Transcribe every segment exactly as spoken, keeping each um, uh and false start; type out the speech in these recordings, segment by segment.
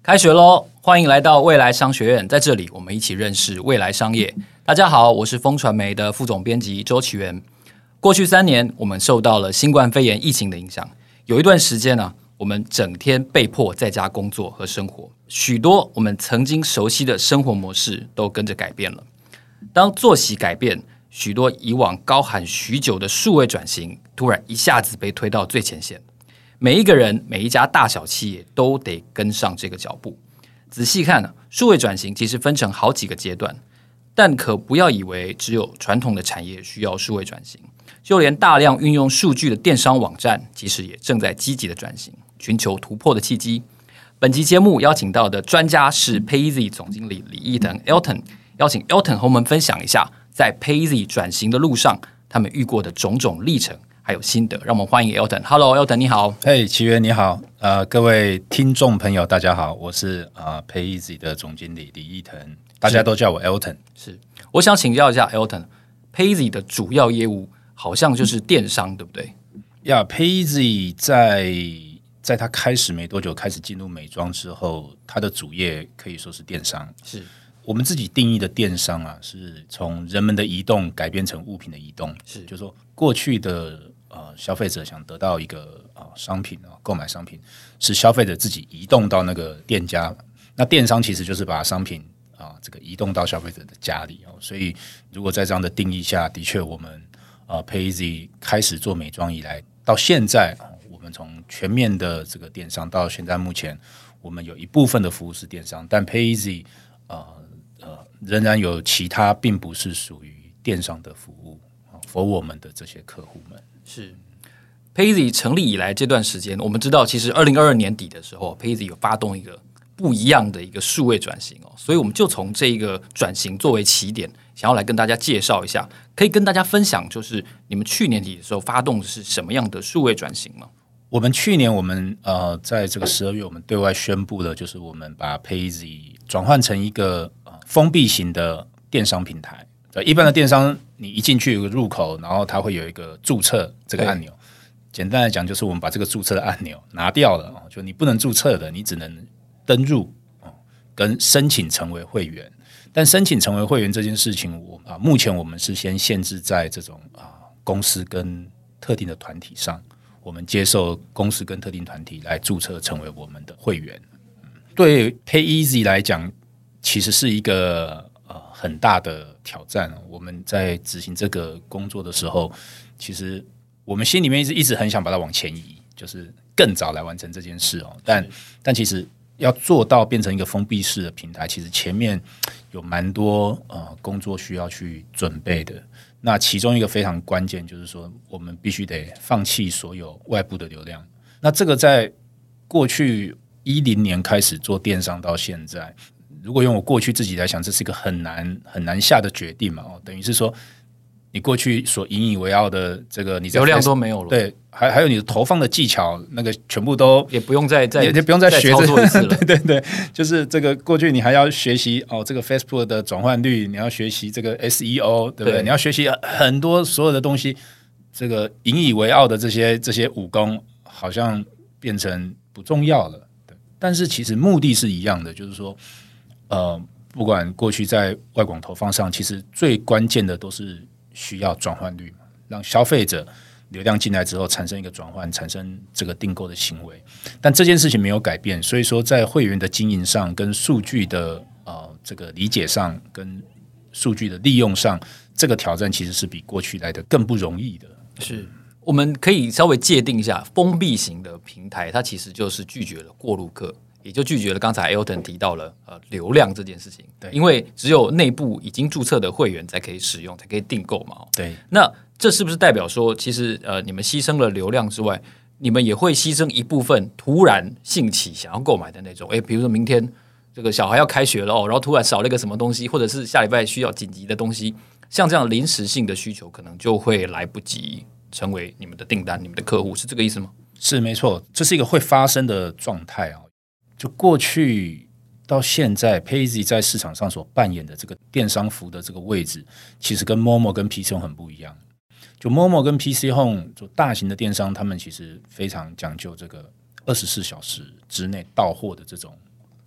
开学咯，欢迎来到未来商学院，在这里我们一起认识未来商业。大家好，我是风传媒的副总编辑周启源。过去三年，我们受到了新冠肺炎疫情的影响，有一段时间呢、啊，我们整天被迫在家工作和生活，许多我们曾经熟悉的生活模式都跟着改变了。当作息改变，许多以往高喊许久的数位转型，突然一下子被推到最前线。每一个人、每一家大小企业都得跟上这个脚步。仔细看啊，数位转型其实分成好几个阶段，但可不要以为只有传统的产业需要数位转型，就连大量运用数据的电商网站，其实也正在积极的转型，寻求突破的契机。本期节目邀请到的专家是 PayEasy 总经理李义腾 Elton， 邀请 Elton 和我们分享一下在 PayEasy 转型的路上，他们遇过的种种历程。还有心得，让我们欢迎 Elton。Hello Elton， 你好。 嘿，奇源你好，呃，各位听众朋友大家好，我是呃 PayEasy 的总经理李义腾，大家都叫我 Elton。 是，我想请教一下 Elton，PayEasy 的主要业务好像就是电商，对不对？ 呀、yeah, ，PayEasy 在在它开始没多久，开始进入美妆之后，它的主业可以说是电商。 是我们自己定义的电商啊，是从人们的移动改变成物品的移动。 是， 就是说过去的。呃，消费者想得到一个呃商品啊，购买商品是消费者自己移动到那个店家，那电商其实就是把商品啊、呃、这个移动到消费者的家里哦。所以如果在这样的定义下，的确我们呃 PayEasy 开始做美妆以来，到现在、呃、我们从全面的这个电商到现在目前，我们有一部分的服务是电商，但 PayEasy 呃呃仍然有其他并不是属于电商的服务啊，服务我们的这些客户们。 是 PayEasy 成立以来这段时间，我们知道其实二零二二年底的时候 PayEasy 有发动一个不一样的一个数位转型哦，所以我们就从这个转型作为起点，想要来跟大家介绍一下，可以跟大家分享，就是你们去年底的时候发动的是什么样的数位转型吗？ 我们去年我们呃在这个十二月，我们对外宣布了，就是我们把 PayEasy 转换成一个、呃、封闭型的电商平台。一般的电商，你一进去有个入口，然后它会有一个注册这个按钮。简单来讲，就是我们把这个注册的按钮拿掉了，就你不能注册的，你只能登入跟申请成为会员。但申请成为会员这件事情，我啊，目前我们是先限制在这种啊公司跟特定的团体上，我们接受公司跟特定团体来注册成为我们的会员。对 PayEasy 来讲，其实是一个。呃，很大的挑战。我们在执行这个工作的时候，其实我们心里面一直一直很想把它往前移，就是更早来完成这件事哦。但但其实要做到变成一个封闭式的平台，其实前面有蛮多呃工作需要去准备的。那其中一个非常关键就是说，我们必须得放弃所有外部的流量。那这个在过去一零年开始做电商到现在。如果用我过去自己来想，这是一个很难很难下的决定嘛？哦，等于是说，你过去所引以为傲的这个，你流量都没有了， 对，还还有你的投放的技巧，那个全部都也不用再再也也不用再学再操作一次了。 对对对，就是这个过去你还要学习哦，这个 Facebook 的转换率，你要学习这个 S E O， 对不对？对，你要学习很多所有的东西，这个引以为傲的这些这些武功，好像变成不重要了。对，但是其实目的是一样的，就是说。呃，不管过去在外广投放上，其实最关键的都是需要转换率嘛，让消费者流量进来之后产生一个转换，产生这个订购的行为。但这件事情没有改变，所以说在会员的经营上、跟数据的呃这个理解上、跟数据的利用上，这个挑战其实是比过去来的更不容易的。 是，我们可以稍微界定一下，封闭型的平台，它其实就是拒绝了过路客。也就拒绝了刚才 Elton 提到了呃流量这件事情，对，因为只有内部已经注册的会员才可以使用，才可以订购嘛。 对， 那这是不是代表说，其实呃你们牺牲了流量之外，你们也会牺牲一部分突然兴起想要购买的那种？哎，比如说明天这个小孩要开学了哦，然后突然少了一个什么东西，或者是下礼拜需要紧急的东西，像这样临时性的需求，可能就会来不及成为你们的订单、你们的客户，是这个意思吗？ 是没错，这是一个会发生的状态啊。就过去到现在 PayEasy 在市场上所扮演的这个电商服的这个位置，其实跟 Momo 跟 P C Home 很不一样。就 Momo 跟 P C Home 就大型的电商，他们其实非常讲究这个二十四小时之内到货的这种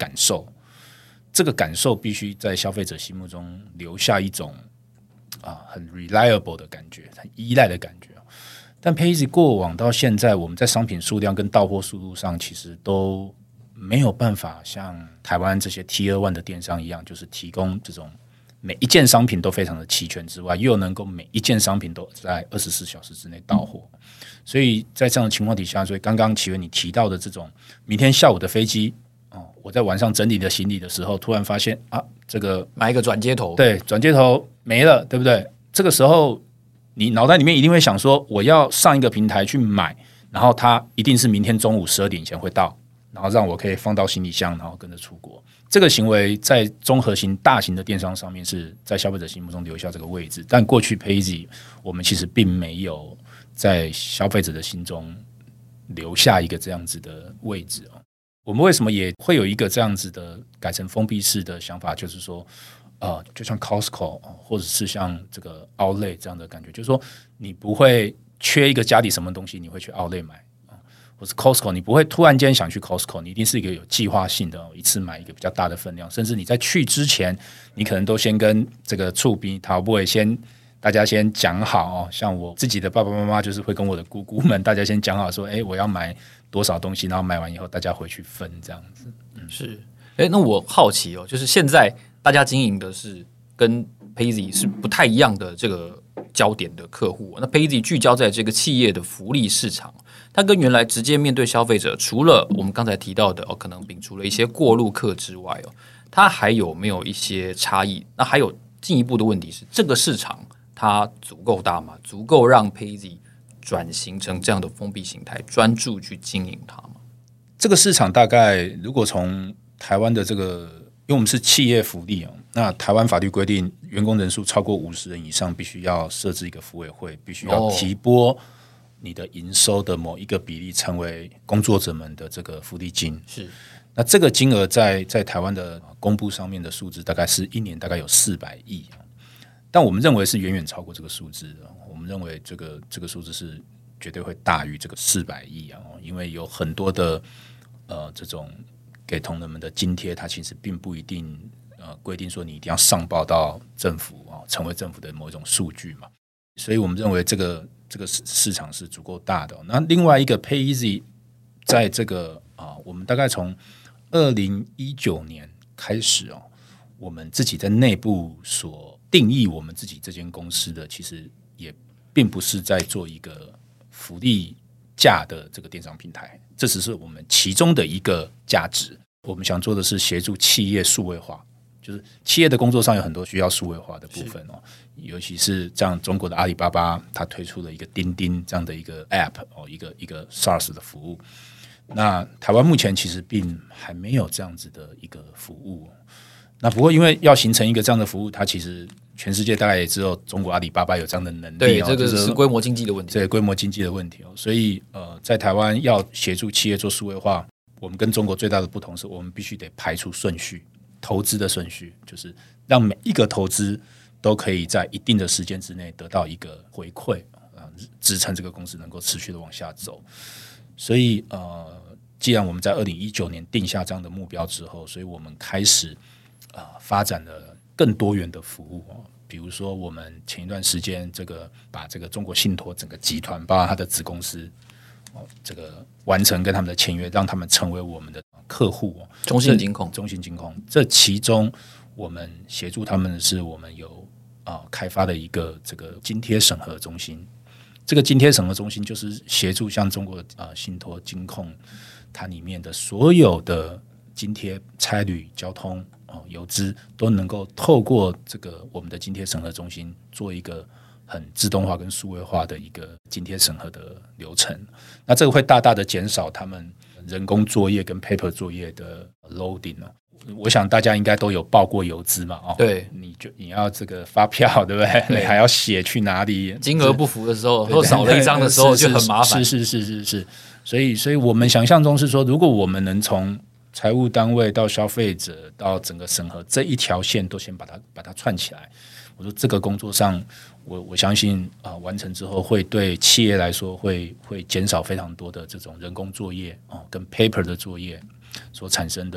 感受，这个感受必须在消费者心目中留下一种啊很 reliable 的感觉，很依赖的感觉。但 Payz 过往到现在，我们在商品数量跟到货速度上，其实都没有办法像台湾这些 T 二 一的电商一样，就是提供这种每一件商品都非常的齐全之外，又能够每一件商品都在二十四小时之内到货。所以在这样的情况底下，所以刚刚启源你提到的这种明天下午的飞机，哦，我在晚上整理的行李的时候，突然发现啊，这个买一个转接头， 对，转接头没了，对不对？这个时候你脑袋里面一定会想说，我要上一个平台去买，然后它一定是明天中午十二点以前会到，然后让我可以放到行李箱，然后跟着出国。这个行为在综合型大型的电商上面是在消费者心目中留下这个位置，但过去 Payz 我们其实并没有在消费者的心中留下一个这样子的位置。我们为什么也会有一个这样子的改成封闭式的想法，就是说呃，就像 Costco 或者是像这个 Outlet 这样的感觉，就是说你不会缺一个家里什么东西，你会去 Outlet 买，或是 Costco 你不会突然间想去 Costco， 你一定是一个有计划性的，一次买一个比较大的分量，甚至你在去之前，你可能都先跟这个厝边头尾先大家先讲好，像我自己的爸爸妈妈就是会跟我的姑姑们，大家先讲好说，哎，我要买多少东西，然后买完以后大家回去分这样子。嗯、 是，哎，那我好奇哦，就是现在大家经营的是跟 Payz 是不太一样的这个焦点的客户，那 Payz 聚焦在这个企业的福利市场，它跟原来直接面对消费者，除了我们刚才提到的哦，可能摒除了一些过路客之外哦，它还有没有一些差异？那还有进一步的问题是，这个市场它足够大吗？足够让 Payz 转型成这样的封闭形态，专注去经营它吗？ 这个市场大概如果从台湾的这个，因为我们是企业福利哦，那台湾法律规定，员工人数超过五十人以上，必须要设置一个福委会，必须要提拨你的营收的某一个比例，成为工作者们的这个福利金。 是， 那这个金额在在台湾的公布上面的数字，大概是一年大概有四百亿，但我们认为是远远超过这个数字的。我们认为这个这个数字是绝对会大于这个四百亿啊，因为有很多的呃这种给同仁们的津贴，它其实并不一定呃规定说你一定要上报到政府啊，成为政府的某一种数据嘛。所以我们认为这个这个市场是足够大的。那另外一个 Payz 在这个啊，我们大概从二零一九年开始哦，我们自己在内部所定义我们自己这间公司的，其实也并不是在做一个福利价的这个电商平台，这只是我们其中的一个价值。我们想做的是协助企业数位化，就是企业的工作上有很多需要数位化的部分哦，尤其是像中国的阿里巴巴，它推出了一个钉钉这样的一个 App 哦，一个一个 SaaS 的服务。那台湾目前其实并还没有这样子的一个服务。那不过因为要形成一个这样的服务，它其实全世界大概也只有中国阿里巴巴有这样的能力。 对，这个是规模经济的问题。 对，规模经济的问题哦。所以呃，在台湾要协助企业做数位化，我们跟中国最大的不同是我们必须得排出顺序，投资的顺序，就是让每一个投资都可以在一定的时间之内得到一个回馈，呃，支撑这个公司能够持续的往下走。所以呃，既然我们在二零一九年定下这样的目标之后，所以我们开始呃发展了更多元的服务，比如说我们前一段时间这个把这个中国信托整个集团，包括它的子公司，哦，这个完成跟他们的签约，让他们成为我们的客户。 中信金控， 中信金控，这其中我们协助他们的是，我们有啊、呃、开发的一个这个津贴审核中心。这个津贴审核中心就是协助像中国啊、呃、信托金控，它里面的所有的津贴、差旅、交通、哦、邮资都能够透过这个我们的津贴审核中心做一个很自动化跟数位化的一个津贴审核的流程。那这个会大大的减少他们人工作业跟 paper 作业的 loading 哦。我想大家应该都有报过邮资嘛，哦， 对， 你就你要这个发票，对不对？对，你还要写去哪里， 金额不符的时候，或少了一张的时候就很麻烦。 是是是是是，所以所以我们想象中是说，如果我们能从财务单位到消费者到整个审核这一条线都先把它把它串起来，我说这个工作上，我我相信啊、呃，完成之后会对企业来说会会减少非常多的这种人工作业哦，跟 paper 的作业所产生的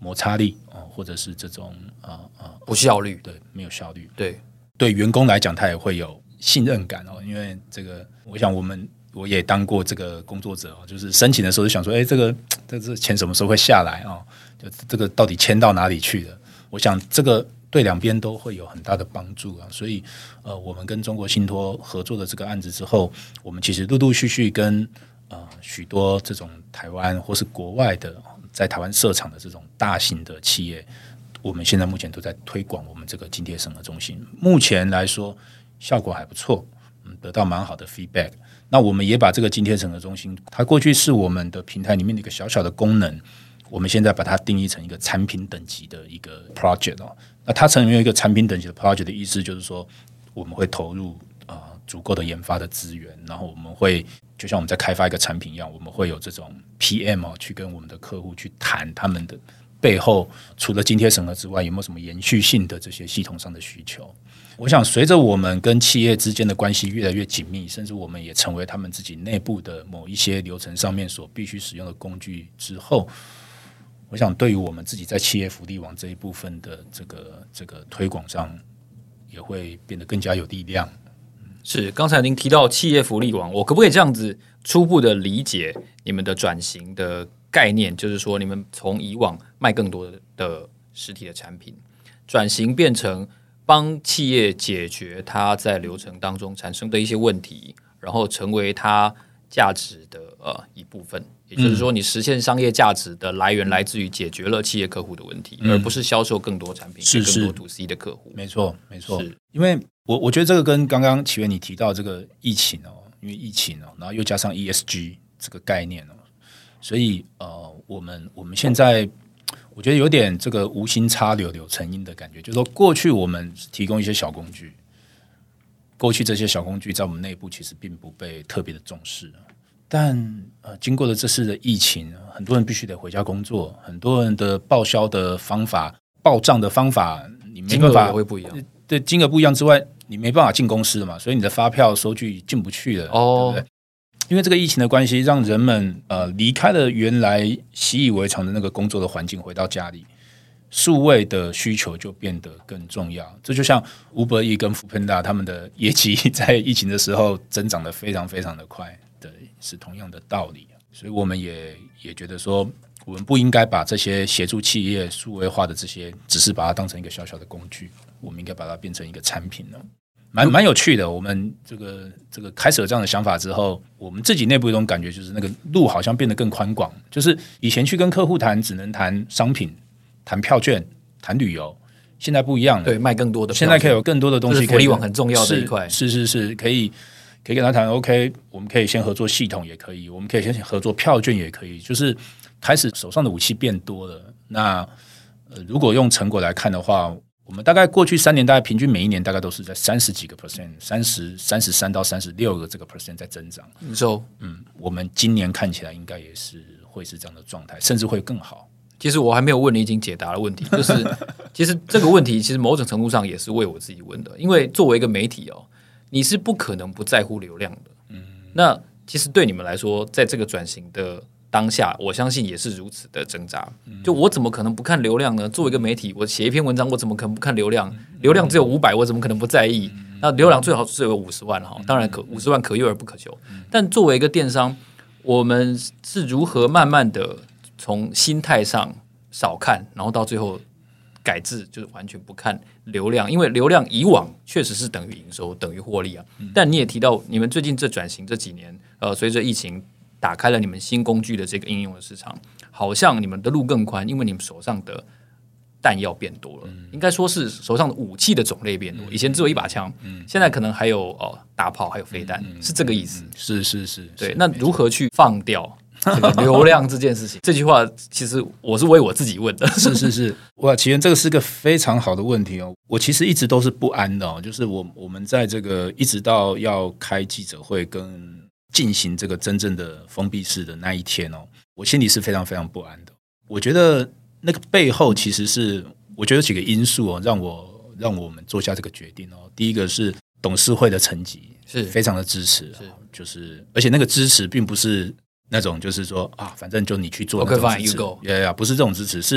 摩擦力、呃、或者是这种呃呃不效率， 对，没有效率， 对对员工来讲，他也会有信任感哦，因为这个，我想我们我也当过这个工作者哦，就是申请的时候就想说，哎，这个这个钱什么时候会下来哦？就这个到底签到哪里去了？我想这个对两边都会有很大的帮助啊。所以呃，我们跟中国信托合作的这个案子之后，我们其实陆陆续续跟呃许多这种台湾或是国外的在台湾设厂的这种大型的企业，我们现在目前都在推广我们这个津贴审核中心。目前来说效果还不错，嗯，得到蛮好的 feedback。那我们也把这个津贴审核中心，它过去是我们的平台里面的一个小小的功能，我们现在把它定义成一个产品等级的一个 project 哦。那它成为一个产品等级的 project 的意思就是说，我们会投入呃足够的研发的资源，然后我们会就像我们在开发一个产品一样，我们会有这种 P M 哦，去跟我们的客户去谈他们的背后除了津贴审核之外，有没有什么延续性的这些系统上的需求。我想随着我们跟企业之间的关系越来越紧密，甚至我们也成为他们自己内部的某一些流程上面所必须使用的工具之后，我想对于我们自己在企业福利网这一部分的这个这个推广上，也会变得更加有力量。 是，刚才您提到企业福利网，我可不可以这样子初步的理解你们的转型的概念，就是说你们从以往卖更多的实体的产品，转型变成帮企业解决它在流程当中产生的一些问题，然后成为它价值的呃一部分。也就是说，你实现商业价值的来源来自于解决了企业客户的问题，嗯、而不是销售更多产品给更多 to C 的客户。 没错，没错。因为我我觉得这个跟刚刚启源你提到这个疫情哦，因为疫情哦，然后又加上 E S G 这个概念哦，所以呃，我们我们现在我觉得有点这个无心插柳柳成荫的感觉，就是说过去我们提供一些小工具，过去这些小工具在我们内部其实并不被特别的重视。但呃，经过了这次的疫情，很多人必须得回家工作，很多人的报销的方法、报账的方法，你没办法， 金额会不一样。 对，金额不一样之外，你没办法进公司了嘛，所以你的发票、收据进不去了，哦、对不对？因为这个疫情的关系，让人们呃离开了原来习以为常的那个工作的环境，回到家里，数位的需求就变得更重要。这就像 Uber Eats 跟 Foodpanda 他们的业绩在疫情的时候增长得非常非常的快。对，是同样的道理，所以我们也也觉得说，我们不应该把这些协助企业数位化的这些，只是把它当成一个小小的工具，我们应该把它变成一个产品呢，蛮蛮有趣的。我们这个这个开始有这样的想法之后，我们自己内部有一种感觉，就是那个路好像变得更宽广。就是以前去跟客户谈，只能谈商品、谈票券、谈旅游，现在不一样了， 对，卖更多的票券， 现在可以有更多的东西可以， 这是福利网很重要的一块， 是是是，可以。可以跟他谈 OK， 我们可以先合作系统也可以，我们可以先合作票券也可以，就是开始手上的武器变多了。那、呃、如果用成果来看的话，我们大概过去三年大概平均每一年大概都是在三十几个 percent， 三十三十三到三十六个这个 percent 在增长。 你说， 嗯，我们今年看起来应该也是会是这样的状态，甚至会更好。 其实我还没有问你已经解答了问题，就是其实这个问题其实某种程度上也是为我自己问的，因为作为一个媒体哦。你是不可能不在乎流量的，嗯，那其实对你们来说，在这个转型的当下，我相信也是如此的挣扎。就我怎么可能不看流量呢？作为一个媒体，我写一篇文章，我怎么可能不看流量？流量只有五百，我怎么可能不在意？那流量最好是有五十万哈，当然可五十万可遇而不可求。但作为一个电商，我们是如何慢慢的从心态上少看，然后到最后改制，就是完全不看流量，因为流量以往确实是等于营收、等于获利啊。嗯、但你也提到，你们最近这转型这几年，呃，随着疫情打开了你们新工具的这个应用的市场，好像你们的路更宽，因为你们手上的弹药变多了，嗯、应该说是手上的武器的种类变多。以前只有一把枪，嗯、现在可能还有哦大炮，还有飞弹，嗯、是这个意思。 嗯、是是是， 对。那如何去放掉这个流量这件事情？这句话其实我是为我自己问的。 是是是，哇，启源，这个是个非常好的问题哦。我其实一直都是不安的哦，就是我我们在这个一直到要开记者会跟进行这个真正的封闭式的那一天哦，我心里是非常非常不安的。我觉得那个背后其实是，我觉得几个因素哦，让我让我们做下这个决定哦。第一个是董事会的层级是非常的支持，是就是而且那个支持并不是那种就是说啊，反正就你去做那种支持， okay, fine, you go. yeah, yeah, 不是这种支持，是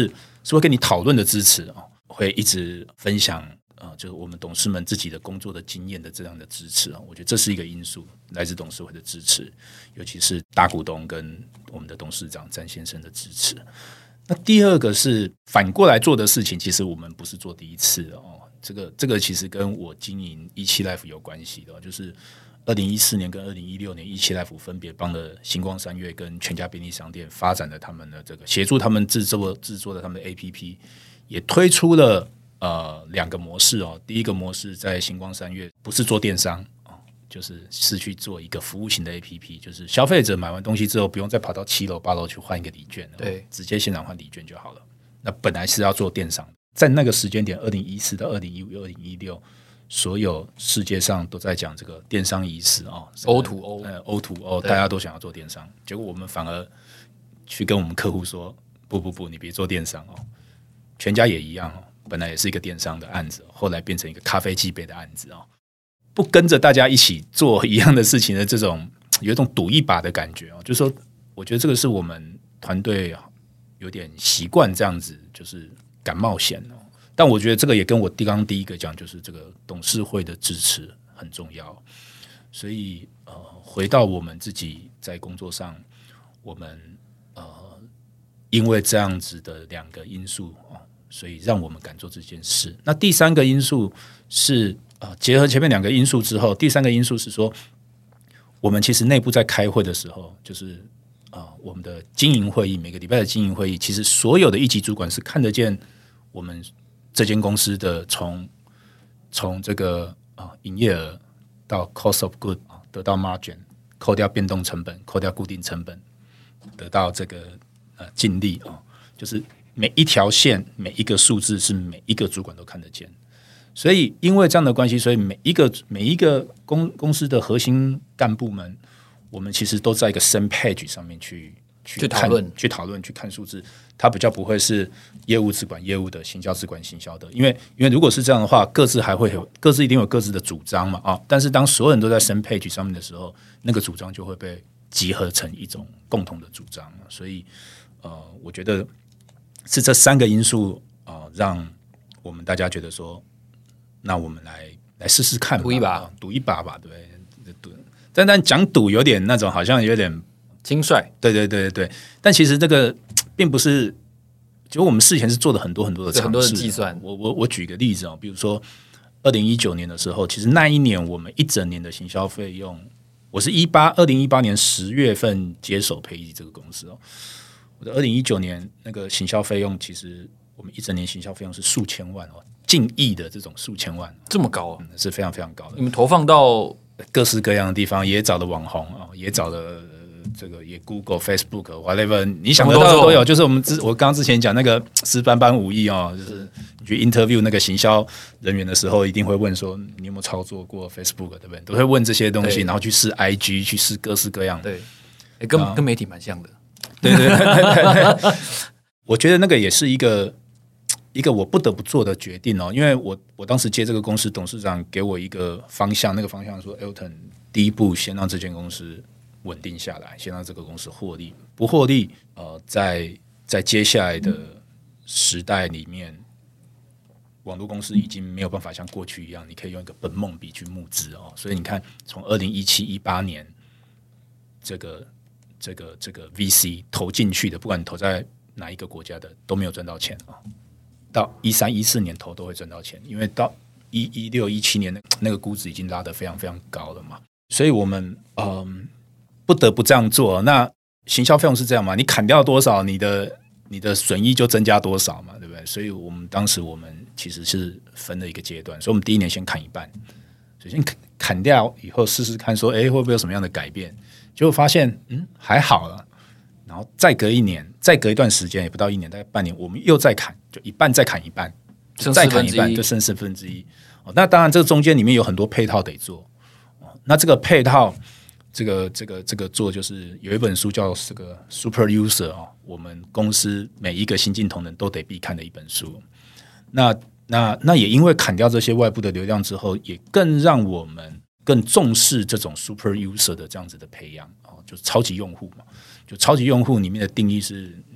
是会跟你讨论的支持哦，会一直分享呃，就是我们董事们自己的工作的经验的这样的支持啊，我觉得这是一个因素，来自董事会的支持，尤其是大股东跟我们的董事长詹先生的支持。那第二个是反过来做的事情，其实我们不是做第一次哦，这个这个其实跟我经营一期 Life 有关系的，就是二零一四年跟二零一六年一期 Life 分别帮了星光三月跟全家便利商店发展了他们的这个协助他们制作制作的他们的 A P P， 也推出了呃两个模式哦。第一个模式在星光三月不是做电商哦，就是是去做一个服务型的 A P P， 就是消费者买完东西之后不用再跑到七楼八楼去换一个礼券， 对， 直接现场换礼券就好了。那本来是要做电商，在那个时间点二零一四到二零一五、二零一六，所有世界上都在讲这个电商已死哦 O to O， 呃 O to O， 大家都想要做电商，结果我们反而去跟我们客户说，不不不，你别做电商哦。全家也一样哦，本来也是一个电商的案子，后来变成一个咖啡机杯的案子哦。不跟着大家一起做一样的事情的这种，有一种赌一把的感觉哦。就是说，我觉得这个是我们团队有点习惯这样子，就是敢冒险哦。但我觉得这个也跟我刚刚第一个讲，就是这个董事会的支持很重要。所以呃，回到我们自己在工作上，我们呃，因为这样子的两个因素哦，所以让我们敢做这件事。那第三个因素是呃，结合前面两个因素之后，第三个因素是说，我们其实内部在开会的时候，就是呃，我们的经营会议，每个礼拜的经营会议，其实所有的一级主管是看得见我们这间公司的从从这个啊营业额到 cost of good 得到 margin， 扣掉变动成本，扣掉固定成本，得到这个呃净利啊，就是每一条线每一个数字是每一个主管都看得见。所以因为这样的关系，所以每一个每一个公公司的核心干部们，我们其实都在一个 same page 上面去去讨论、 去讨论、去看数字。它比较不会是业务只管业务的，行销只管行销的，因为因为如果是这样的话，各自还会有各自一定有各自的主张嘛啊。但是当所有人都在 same page 上面的时候，那个主张就会被集合成一种共同的主张。所以呃，我觉得是这三个因素啊、呃，让我们大家觉得说。那我们来来试试看吧， 赌一把， 赌一把吧，对不对？赌，但但讲赌有点那种，好像有点轻率， 对对对对对。但其实这个并不是，就我们事前是做了很多很多的尝试， 很多的计算。 我我我举个例子哦，比如说二零一九年的时候，其实那一年我们一整年的行销费用，我是一八二零一八年十月份接手培益这个公司哦，我的二零一九年那个行销费用，其实我们一整年行销费用是数千万哦。近亿的这种数千万， 这么高、啊嗯，是非常非常高的。 你们投放到各式各样的地方，也找了网红啊，也找了、呃、这个也 Google、Facebook、whatever， 你想得到的都有。就是我们之我刚刚之前讲那个师班班武艺哦，就是你去 interview 那个行销人员的时候，一定会问说你有没有操作过 Facebook， 对不对？都会问这些东西，然后去试 I G， 去试各式各样。 对，欸、跟、啊、跟媒体蛮像的。 对对对对对，我觉得那个也是一个。一个我不得不做的决定哦，因为我我当时接这个公司，董事长给我一个方向，那个方向说 Elton 第一步先让这间公司稳定下来，先让这个公司获利，不获利，呃，在在接下来的时代里面，网络公司已经没有办法像过去一样，你可以用一个本梦比去募资哦，所以你看，从二零一七一八年这个这个这个 V C 投进去的，不管你投在哪一个国家的，都没有赚到钱啊。到一三一四年投都会赚到钱，因为到一一六一七年那个估值已经拉得非常非常高了嘛，所以我们嗯不得不这样做。那行销费用是这样嘛？你砍掉多少，你的你的损益就增加多少嘛，对不对？所以我们当时我们其实是分了一个阶段，所以我们第一年先砍一半，首先砍掉以后试试看说，哎，会不会有什么样的改变？结果发现嗯还好了。然后再隔一年，再隔一段时间，也不到一年，大概半年，我们又再砍，就一半再砍一半，就再砍一半，就剩四分之一。哦，那当然，这个中间里面有很多配套得做。哦，那这个配套，这个这个这个做，就是有一本书叫这个 Super User 哦，我们公司每一个新进同仁都得必看的一本书。那那那也因为砍掉这些外部的流量之后，也更让我们更重视这种 Super User 的这样子的培养哦，就是超级用户嘛。就超级用户里面的定义是你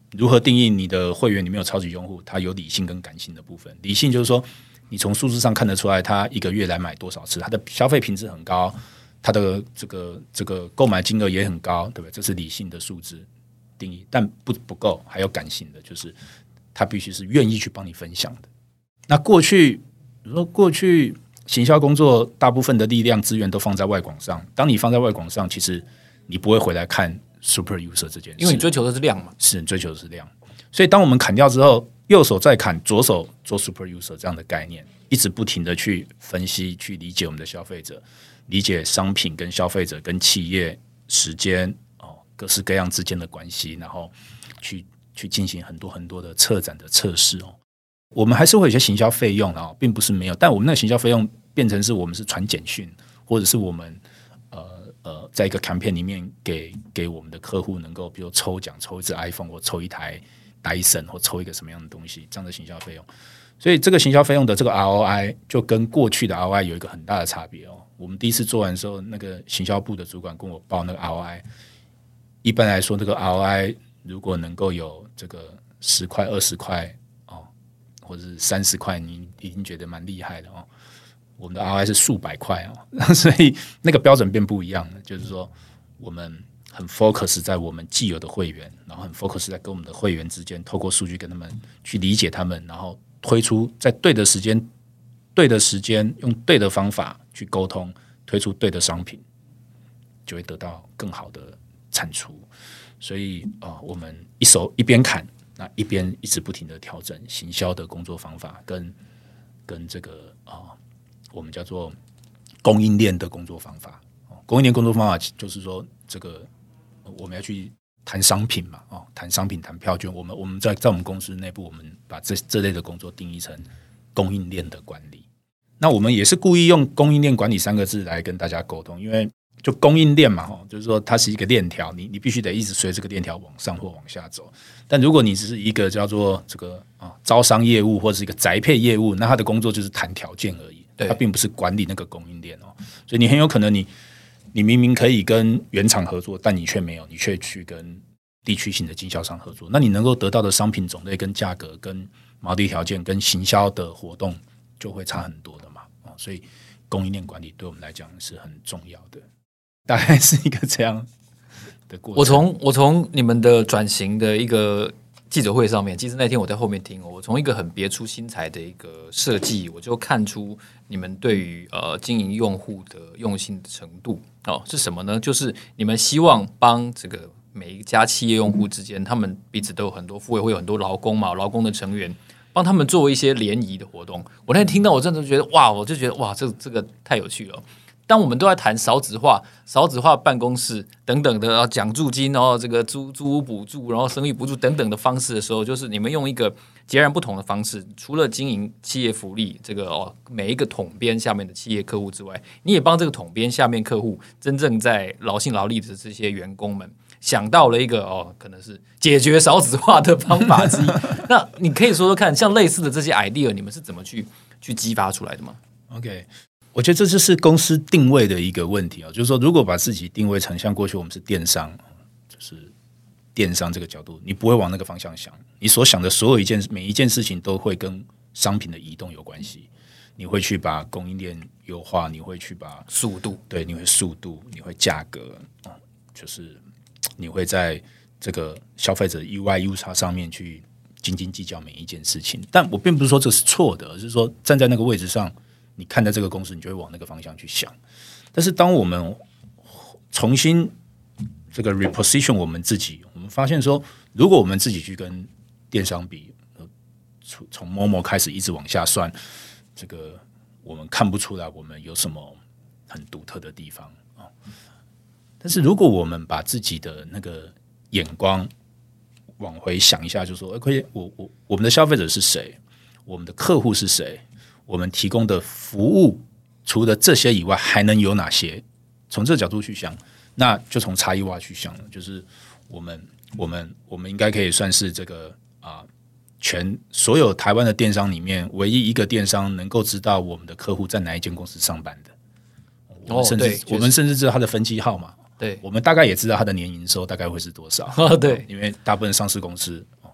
如何定义你的会员里面有超级用户？它有理性跟感性的部分。理性就是说，你从数字上看得出来，他一个月来买多少次，他的消费品质很高，他的这个这个购买金额也很高，对不对？这是理性的数字定义，但不不够，还有感性的，就是他必须是愿意去帮你分享的。那过去，比如说过去行销工作，大部分的力量资源都放在外广上。当你放在外广上，其实你不会回来看 super user 这件事， 因为你追求的是量嘛。 是，你追求的是量。所以当我们砍掉之后，右手再砍，左手做 super user 这样的概念，一直不停的去分析、去理解我们的消费者，理解商品跟消费者、跟企业、时间哦各式各样之间的关系，然后去去进行很多很多的策展的测试哦。我们还是会有一些行销费用啊，并不是没有，但我们那个行销费用变成是我们是传简讯，或者是我们呃呃在一个 campaign 里面给给我们的客户能够，比如抽奖，抽一支 iPhone 或抽一台Dyson 或抽一个什么样的东西，这样的行销费用。所以这个行销费用的这个 R O I 就跟过去的 R O I 有一个很大的差别哦。我们第一次做完的时候，那个行销部的主管跟我报那个 R O I， 一般来说，这个 R O I 如果能够有这个十块、二十块哦，或者是三十块，你已经觉得蛮厉害的哦。我们的 R O I 是数百块哦，所以那个标准变不一样了，就是说我们很 focus 在我们既有的会员，然后很 focus 在跟我们的会员之间，透过数据跟他们去理解他们，然后推出在对的时间、对的时间，用对的方法去沟通，推出对的商品，就会得到更好的产出。所以啊、呃，我们一手一边砍，那一边一直不停的调整行销的工作方法，跟跟这个啊、呃，我们叫做供应链的工作方法。供应链工作方法就是说，这个我们要去谈商品嘛，哦，谈商品、谈票券。我们我们在在我们公司内部，我们把这这类的工作定义成供应链的管理。那我们也是故意用供应链管理三个字来跟大家沟通，因为就供应链嘛，哦，就是说它是一个链条，你你必须得一直随这个链条往上或往下走。但如果你只是一个叫做这个啊招商业务或者是一个宅配业务，那他的工作就是谈条件而已，他并不是管理那个供应链哦。所以你很有可能你。你明明可以跟原厂合作，但你却没有，你却去跟地区性的经销商合作，那你能够得到的商品种类、跟价格、跟毛利条件、跟行销的活动就会差很多的嘛。所以供应链管理对我们来讲是很重要的，大概是一个这样的过程。 我从我从你们的转型的一个记者会上面，其实那天我在后面听，我从一个很别出心裁的一个设计，我就看出你们对于呃经营用户的用心的程度哦是什么呢？就是你们希望帮这个每一家企业用户之间，他们彼此都有很多副委会有很多劳工嘛，劳工的成员，帮他们做一些联谊的活动。我那天听到，我真的觉得哇，我就觉得哇，这这个太有趣了。当我们都在谈少子化、少子化办公室等等的，然后奖助金，然后这个租租屋补助，然后生育补助等等的方式的时候，就是你们用一个截然不同的方式，除了经营企业福利这个哦每一个统编下面的企业客户之外，你也帮这个统编下面客户真正在劳心劳力的这些员工们想到了一个哦，可能是解决少子化的方法之一。那你可以说说看，像类似的这些 idea， 你们是怎么去去激发出来的吗 ？OK。我觉得这就是公司定位的一个问题啊，就是说，如果把自己定位成像过去我们是电商，就是电商这个角度，你不会往那个方向想，你所想的所有一件每一件事情都会跟商品的移动有关系。你会去把供应链优化，你会去把速度， 对，你会速度，你会价格，就是你会在这个消费者 U I U X 上面去斤斤计较每一件事情。但我并不是说这是错的，而是说站在那个位置上。你看待这个公司，你就会往那个方向去想。但是，当我们重新这个 reposition 我们自己，我们发现说，如果我们自己去跟电商比，从某某开始一直往下算，这个我们看不出来我们有什么很独特的地方啊。但是，如果我们把自己的那个眼光往回想一下，就说 ，OK， 我我我们的消费者是谁？我们的客户是谁？我们提供的服务除了这些以外还能有哪些？从这个角度去想，那就从差异化去想了。就是我们我们我们应该可以算是这个啊、呃，全所有台湾的电商里面唯一一个电商能够知道我们的客户在哪一间公司上班的。我们甚至、哦、我们甚至知道他的分机号码。 对， 我们大概也知道他的年营收大概会是多少。 哦、对， 因为大部分上市公司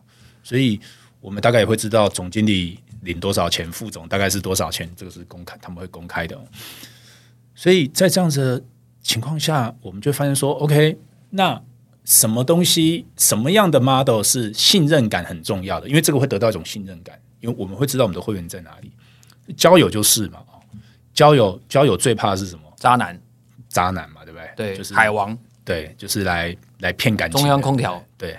所以我们大概也会知道总经理领多少钱，副总大概是多少钱，这个是公开，他们会公开的。所以在这样子的情况下，我们就发现说 ，OK， 那什么东西、什么样的 model 是信任感很重要的？因为这个会得到一种信任感，因为我们会知道我们的会员在哪里。交友就是嘛，交友交友最怕的是什么？ 渣男， 渣男嘛，对不对？ 对， 就是海王， 对，就是来来骗感情。 中央空调， 对。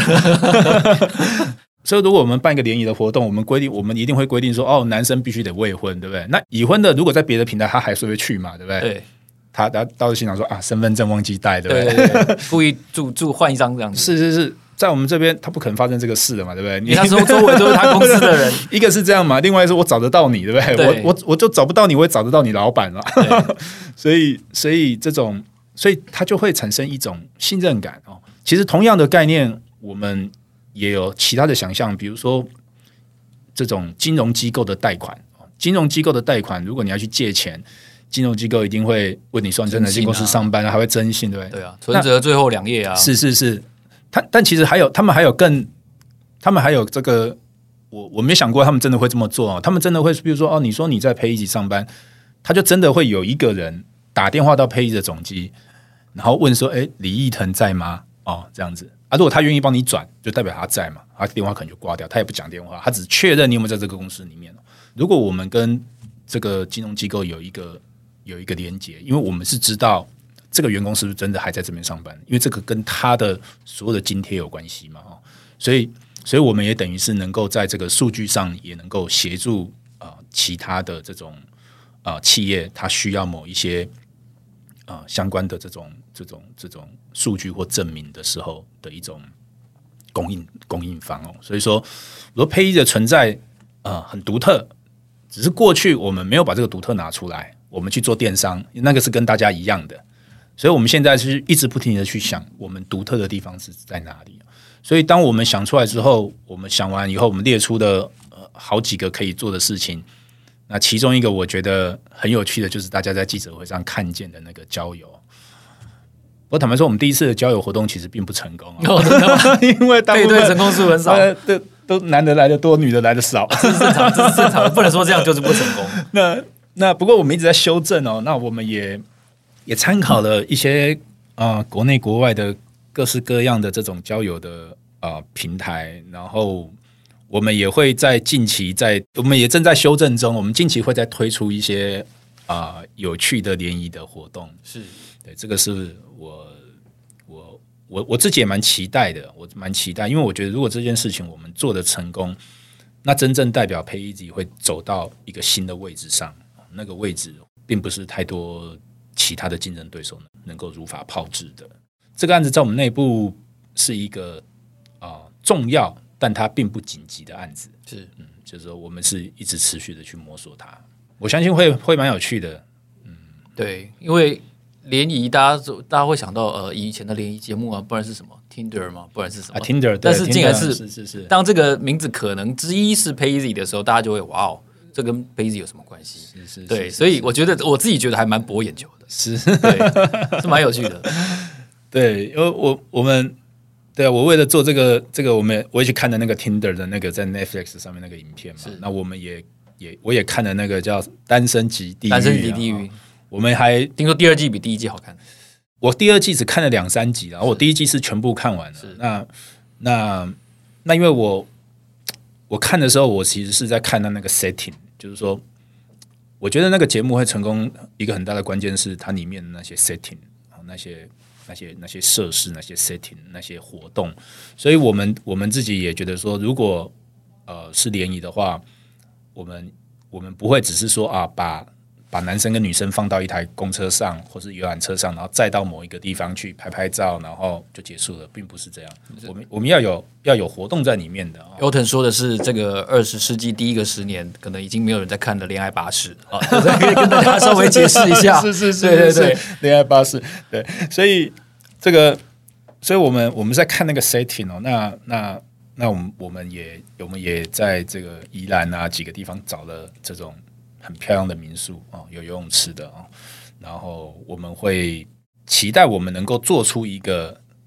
所以，如果我们办一个联谊的活动，我们规定，我们一定会规定说，哦，男生必须得未婚，对不对？那已婚的，如果在别的平台，他还是会去嘛，对不对？ 对。 他他到时心想说啊，身份证忘记带，对不对？ 对对对故意注注换一张这样子。 是是是，在我们这边他不可能发生这个事的嘛，对不对？ 你那时候周围都是他公司的人， 一个是这样嘛，另外是我找得到你，对不对？ 对我我我就找不到你，我也找得到你老板了。所以所以这种，所以他就会产生一种信任感哦。其实同样的概念，我们也有其他的想象，比如说这种金融机构的贷款，金融机构的贷款，如果你要去借钱。金融机构一定会问你说你在哪间公司上班，还会征信，对不对？ 对啊，存折最后两页啊。 是是是，他但其实还有他们还有更，他们还有这个，我我没想过他们真的会这么做哦。他们真的会，比如说哦，你说你在PayEasy上班，他就真的会有一个人打电话到PayEasy的总机，然后问说：“哎，李义腾在吗？”哦，这样子啊，如果他愿意帮你转，就代表他在嘛，他电话可能就挂掉，他也不讲电话，他只确认你有没有在这个公司里面。如果我们跟这个金融机构有一个有一个连结，因为我们是知道这个员工是不是真的还在这边上班，因为这个跟他的所有的津贴有关系嘛，所以，所以我们也等于是能够在这个数据上也能够协助啊、呃、其他的这种啊、呃、企业，它需要某一些啊、呃、相关的这种这种这种数据或证明的时候的一种供应供应方哦。所以说，我说 PayEasy 的存在啊、呃、很独特，只是过去我们没有把这个独特拿出来。我们去做电商，那个是跟大家一样的，所以我们现在是一直不停的去想我们独特的地方是在哪里。所以当我们想出来之后，我们想完以后，我们列出的、呃、好几个可以做的事情。那其中一个我觉得很有趣的，就是大家在记者会上看见的那个交友。不过坦白说，我们第一次的交友活动其实并不成功、啊哦、真的吗？ 因为大部分配对成功数很少， 呃、都, 都男的来的多，女的来的少， 这是正常，这是正常的，不能说这样就是不成功。 那那不过我们一直在修正哦，那我们也也参考了一些啊、呃、国内国外的各式各样的这种交友的啊、呃、平台，然后我们也会在近期在我们也正在修正中，我们近期会再推出一些啊、呃、有趣的联谊的活动， 是对这个是我我我我自己也蛮期待的，我蛮期待，因为我觉得如果这件事情我们做得成功，那真正代表 PayEasy 会走到一个新的位置上。那个位置并不是太多其他的竞争对手能够如法炮制的。这个案子在我们内部是一个啊、呃、重要，但它并不紧急的案子。 是， 嗯，就是说我们是一直持续的去摸索它。我相信会会蛮有趣的。嗯， 对，因为联谊大家大家会想到呃以前的联谊节目啊，不然是什么 Tinder 吗？不然是什么、 啊、Tinder， 但是竟然是是是是， 当这个名字可能之一是 PayEasy 的时候，大家就会哇哦。这跟 PayEasy 有什么关系？ 是是， 对，所以我觉得我自己觉得还蛮博眼球的， 是， 对，是蛮有趣的。 对，因为我我们对啊，我为了做这个这个，我们我也去看了那个 Tinder 的那个在 Netflix 上面那个影片嘛，那我们也也我也看了那个叫《单身即地狱》， 单身即地狱， 我们还听说第二季比第一季好看。 我第二季只看了两三集，然后我第一季是全部看完了。那那那因为我我看的时候，我其实是在看到那个 setting。就是说，我觉得那个节目会成功，一个很大的关键是它里面的那些 setting， 那些那些那些设施、那些 setting、那些活动。所以我们我们自己也觉得说，如果呃是联谊的话，我们我们不会只是说啊把把男生跟女生放到一台公车上或是游览车上，然后再到某一个地方去拍拍照，然后就结束了，并不是这样。我们我们要有要有活动在里面的。 Elton 说的是这个二十世纪第一个十年，可能已经没有人在看的《恋爱巴士》啊，可以跟大家稍微解释一下。 是是是， 对对对， 恋爱巴士，对，所以这个，所以我们我们在看那个 setting 哦，那那那我们我们也我们也在这个宜兰啊几个地方找了这种很漂亮的民宿哦，有游泳池的哦，然后我们会期待我们能够做出一个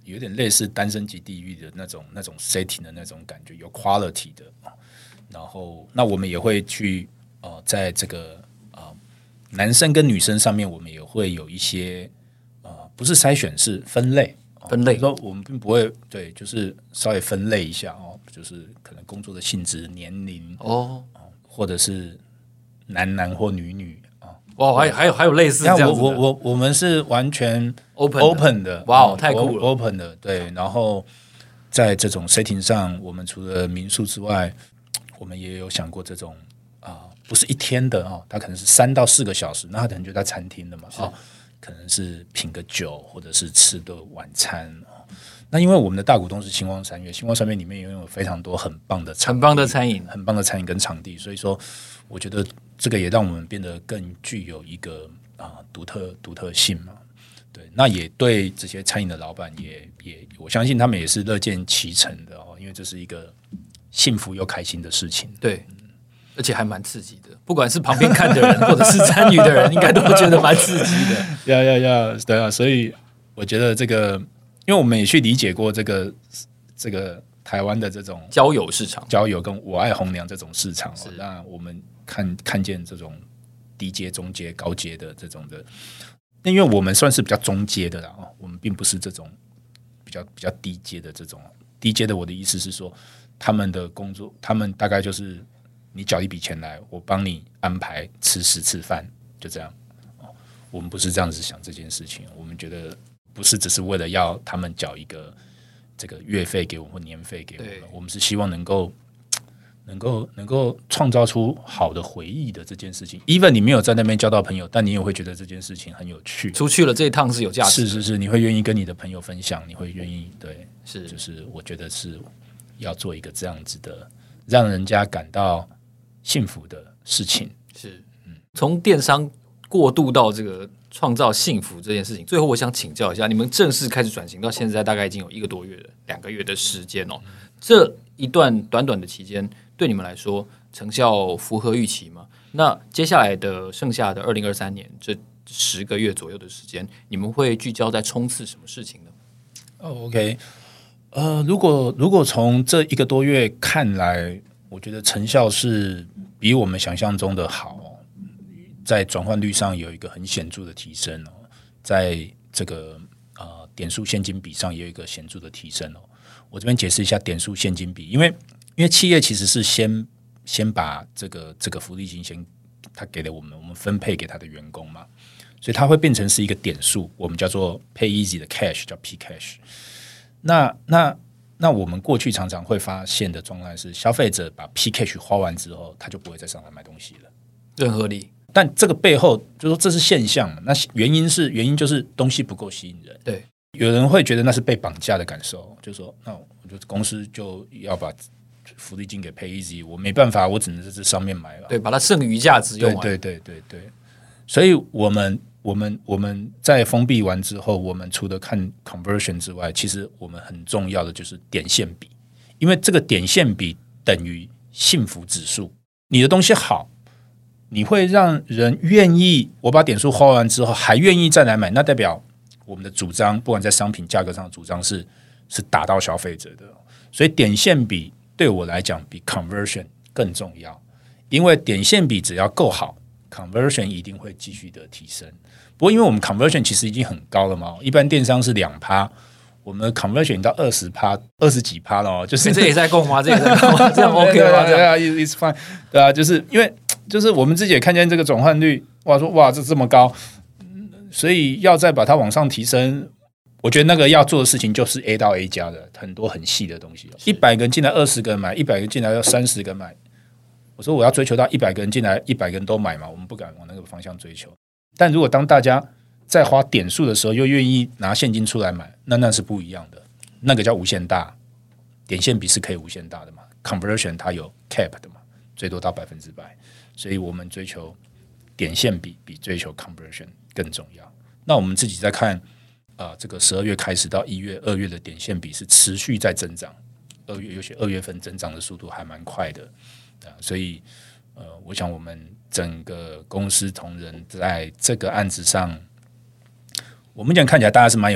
有点类似单身级地狱的那种那种 setting 的那种感觉，有 quality 的。然后，那我们也会去呃，在这个呃男生跟女生上面，我们也会有一些呃，不是筛选，是分类。 分类， 说我们并不会对，就是稍微分类一下哦，就是可能工作的性质、年龄哦，或者是男男或女女啊。 哇，还还有还有类似这样子的。 我我我我们是完全 open open 的， 哇，太酷了 ，open 的对。然后在这种 setting 上，我们除了民宿之外，我们也有想过这种啊、呃，不是一天的哦，它可能是三到四个小时，那他可能就在餐厅的嘛哦。可能是品个酒，或者是吃的晚餐。那因为我们的大股东是星光三月，星光三月里面拥有非常多很棒的很棒的餐饮， 很棒的餐饮跟场地，所以说我觉得这个也让我们变得更具有一个啊独特独特性嘛。对，那也对这些餐饮的老板也也，我相信他们也是乐见其成的哦，因为这是一个幸福又开心的事情。 对。而且还蛮刺激的，不管是旁边看的人或者是参与的人，应该都觉得蛮刺激的。 要要要，对啊，所以我觉得这个，因为我们也去理解过这个这个台湾的这种交友市场， 交友跟我爱红娘这种市场、哦，那我们看看见这种低阶、中阶、高阶的这种的，因为我们算是比较中阶的啦，哦，我们并不是这种比较比较低阶的这种低阶的。我的意思是说，他们的工作，他们大概就是。你缴一笔钱来，我帮你安排吃十次饭，就这样。我们不是这样子想这件事情，我们觉得不是只是为了要他们缴一个这个月费给我们或年费给我们，我们是希望能够能够能够创造出好的回忆的这件事情。even 你没有在那边交到朋友，但你也会觉得这件事情很有趣。 出去了这一趟是有价值的， 是是是，你会愿意跟你的朋友分享，你会愿意对， 是就是我觉得是要做一个这样子的，让人家感到。幸福的事情是，嗯，从电商过渡到这个创造幸福这件事情，最后我想请教一下，你们正式开始转型到现在，大概已经有一个多月了，两个月的时间哦。这一段短短的期间，对你们来说成效符合预期吗？那接下来的剩下的二零二三年这十个月左右的时间，你们会聚焦在冲刺什么事情呢？ 哦 ，OK， 呃，如果如果从这一个多月看来。我觉得成效是比我们想象中的好、哦，在转换率上有一个很显著的提升哦，在这个呃点数现金比上也有一个显著的提升哦。我这边解释一下点数现金比，因为因为企业其实是先先把这个这个福利金先他给了我们，我们分配给他的员工嘛，所以它会变成是一个点数，我们叫做 Pay Easy 的 Cash 叫 P Cash。那那那我们过去常常会发现的状态是，消费者把 P Cash 花完之后，他就不会再上来买东西了， 任合理。 但这个背后就说这是现象嘛？那原因是原因就是东西不够吸引人。 对， 有人会觉得那是被绑架的感受，就说那我就公司就要把福利金给 Pay Easy， 我没办法，我只能在这上面买了。 对，把它剩余价值用完。 对对对对对，所以我们。我们我们在封闭完之后，我们除了看 conversion 之外，其实我们很重要的就是点线比，因为这个点线比等于幸福指数。你的东西好，你会让人愿意，我把点数花完之后还愿意再来买，那代表我们的主张，不管在商品价格上的主张是是打到消费者的。所以点线比对我来讲比 conversion 更重要，因为点线比只要够好。conversion 一定会继续的提升，不过因为我们 conversion 其实已经很高了嘛，一般电商是两趴，我们的 conversion 到二十趴、二十几趴了哦，就是、 欸、这也在够吗？这也在够吗？这样 OK 吗？ 对啊 ，it's fine， 对啊，就是因为就是我们自己也看见这个转换率，哇，说哇这这么高，所以要再把它往上提升，我觉得那个要做的事情就是 A 到 A 加的很多很细的东西，一百个人进来二十个人买，一百个人进来要三十个人买。我说我要追求到一百个人进来，一百个人都买嘛，我们不敢往那个方向追求。但如果当大家在花点数的时候，又愿意拿现金出来买，那那是不一样的。那个叫无限大，点线比是可以无限大的嘛 ，conversion 它有 cap 的嘛，最多到百分之百。所以我们追求点线比比追求 conversion 更重要。那我们自己在看啊、呃，这个十二月开始到一月、二月的点线比是持续在增长，二月尤其二月份增长的速度还蛮快的。所以，呃，我想我们整个公司同仁在这个案子上，我们讲看起来大家是蛮有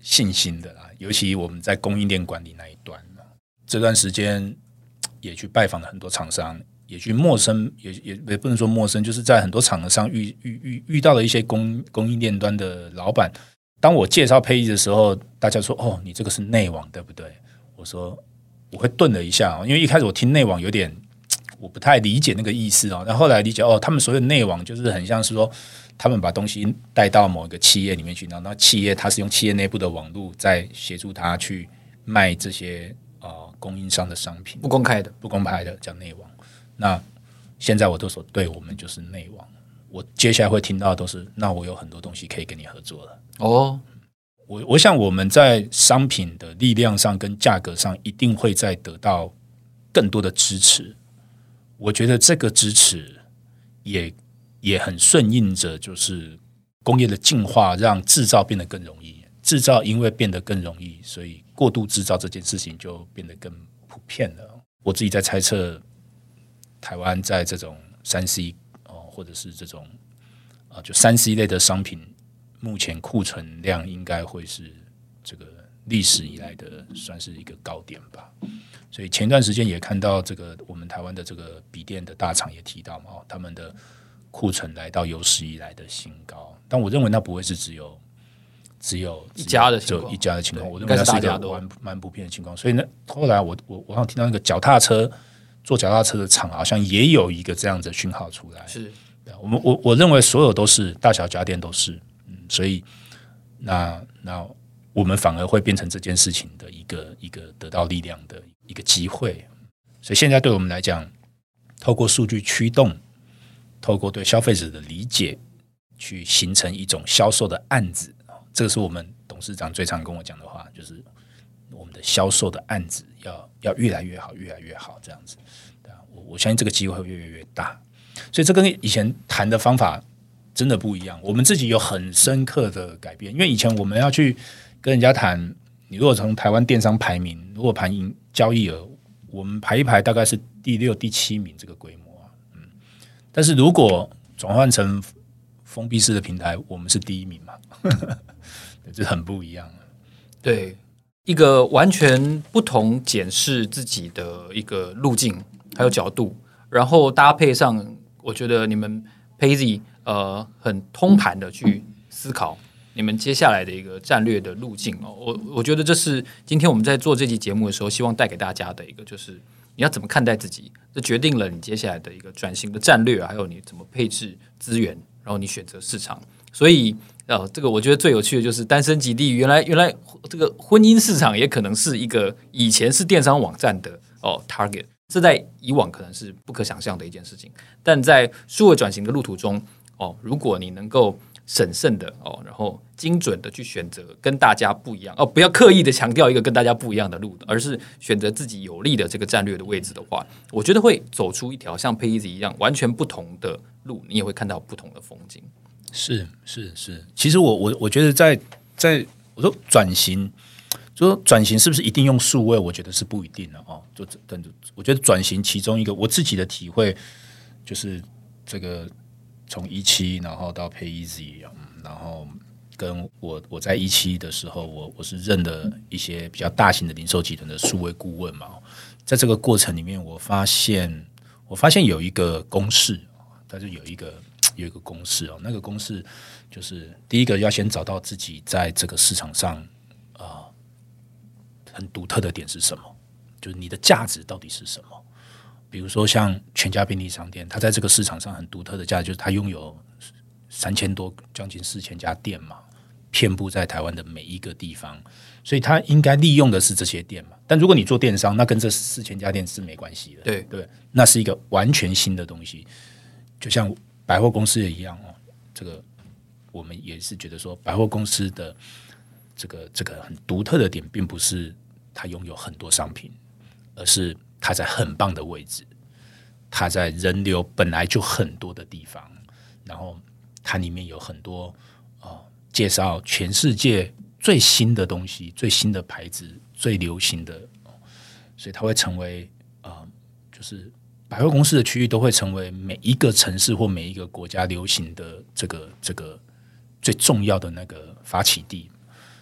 信心的啦，尤其我们在供应链管理那一端，这段时间也去拜访了很多厂商，也去陌生，也也也不能说陌生，就是在很多厂商遇遇遇遇到了一些供供应链端的老板。当我介绍配置的时候，大家说：“哦，你这个是内网，对不对？”我说：“我会顿了一下，因为一开始我听内网有点我不太理解那个意思哦。但后来理解哦，他们所谓的内网就是很像是说，他们把东西带到某一个企业里面去，然后那企业它是用企业内部的网络在协助他去卖这些呃供应商的商品， 不公开的， 不公开的叫内网。那现在我都说，对我们就是内网。我接下来会听到的都是，那我有很多东西可以跟你合作了。 哦， 我我想我们在商品的力量上跟价格上一定会再得到更多的支持。我觉得这个支持也也很顺应着，就是工业的进化，让制造变得更容易。制造因为变得更容易，所以过度制造这件事情就变得更普遍了。我自己在猜测，台湾在这种三 C 哦，或者是这种啊，就三 C 类的商品，目前库存量应该会是这个历史以来的算是一个高点吧。所以前段时间也看到这个我们台湾的这个笔电的大厂也提到嘛，哦，他们的库存来到有史以来的新高。但我认为那不会是只有只有一家的情况， 只有一家的情况，我认为那是一个蛮蛮普遍的情况。所以呢，后来我我我好像听到那个脚踏车做脚踏车的厂好像也有一个这样的讯号出来。 是， 我们我我认为所有都是大小家电都是，嗯，所以那那我们反而会变成这件事情的一个一个得到力量的一个机会。所以现在对我们来讲，透过数据驱动，透过对消费者的理解，去形成一种销售的案子。这个是我们董事长最常跟我讲的话，就是我们的销售的案子要要越来越好，越来越好，这样子。我我相信这个机会会越来越大，所以这跟以前谈的方法真的不一样。我们自己有很深刻的改变，因为以前我们要去跟人家谈，你如果从台湾电商排名，如果盘赢交易额，我们排一排大概是第六、第七名这个规模啊。嗯，但是如果转换成封闭式的平台，我们是第一名嘛。这很不一样。 对，一个完全不同检视自己的一个路径还有角度，然后搭配上，我觉得你们 Payz 呃很通盘的去思考你们接下来的一个战略的路径哦。我我觉得这是今天我们在做这期节目的时候，希望带给大家的一个，就是你要怎么看待自己，这决定了你接下来的一个转型的战略，还有你怎么配置资源，然后你选择市场。所以呃，这个我觉得最有趣的就是单身即地狱，原来原来这个婚姻市场也可能是一个以前是电商网站的哦 target， 这在以往可能是不可想象的一件事情，但在数位转型的路途中哦，如果你能够审慎的哦，然后精准的去选择跟大家不一样哦，不要刻意的强调一个跟大家不一样的路，而是选择自己有利的这个战略的位置的话，我觉得会走出一条像 Payz 一样完全不同的路，你也会看到不同的风景。 是是是，其实我我我觉得在在我说转型，就说转型是不是一定用数位？我觉得是不一定的哦。就等我觉得转型其中一个我自己的体会就是这个从一期然后到 Payz，然后跟我我在一期的时候，我我是任的一些比较大型的零售集团的数位顾问嘛，在这个过程里面，我发现我发现有一个公式，它就有一个。有一个公式哦，那个公式就是第一个要先找到自己在这个市场上呃很独特的点是什么，就是你的价值到底是什么。比如说像全家便利商店，它在这个市场上很独特的价值，就是它拥有三千多将近四千家店嘛，遍布在台湾的每一个地方，所以它应该利用的是这些店嘛。但如果你做电商，那跟这四千家店是没关系的， 对对，那是一个完全新的东西，就像百货公司也一样哦，这个我们也是觉得说，百货公司的这个这个很独特的点，并不是它拥有很多商品，而是它在很棒的位置，它在人流本来就很多的地方，然后它里面有很多呃介绍全世界最新的东西、最新的牌子、最流行的，哦、所以它会成为呃就是。百货公司的区域都会成为每一个城市或每一个国家流行的这个这个最重要的那个发起地，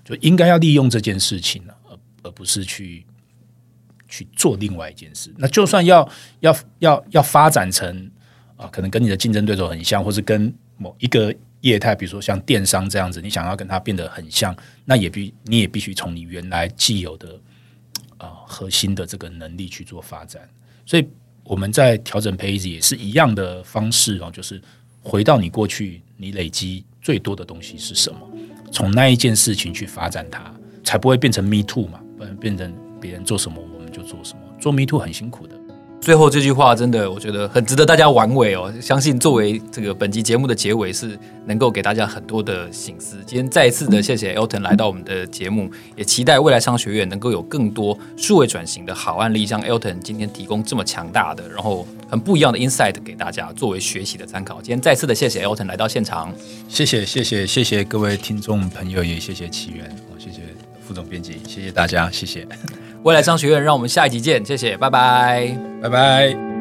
就应该要利用这件事情，而而不是去去做另外一件事。那就算要要要要发展成啊，可能跟你的竞争对手很像，或是跟某一个业态，比如说像电商这样子，你想要跟它变得很像，那也必你也必须从你原来既有的啊、呃、核心的这个能力去做发展。所以我们在调整 Payz 也是一样的方式哦，就是回到你过去你累积最多的东西是什么，从那一件事情去发展它，才不会变成 Me Too 嘛，不然变成别人做什么我们就做什么。做 Me Too 很辛苦的。 最后这句话真的我觉得很值得大家玩味哦，相信作为这个本集节目的结尾是能够给大家很多的省思。今天再一次的谢谢 Elton 来到我们的节目，也期待未来商学院能够有更多数位转型的好案例，像 Elton 今天提供这么强大的然后很不一样的 insight 给大家作为学习的参考。今天再次的谢谢 Elton 来到现场。 谢谢谢谢谢谢各位听众朋友，也谢谢启源，谢谢副总编辑，谢谢大家，谢谢。 未来商学院，让我们下一集见，谢谢，拜拜， 拜拜。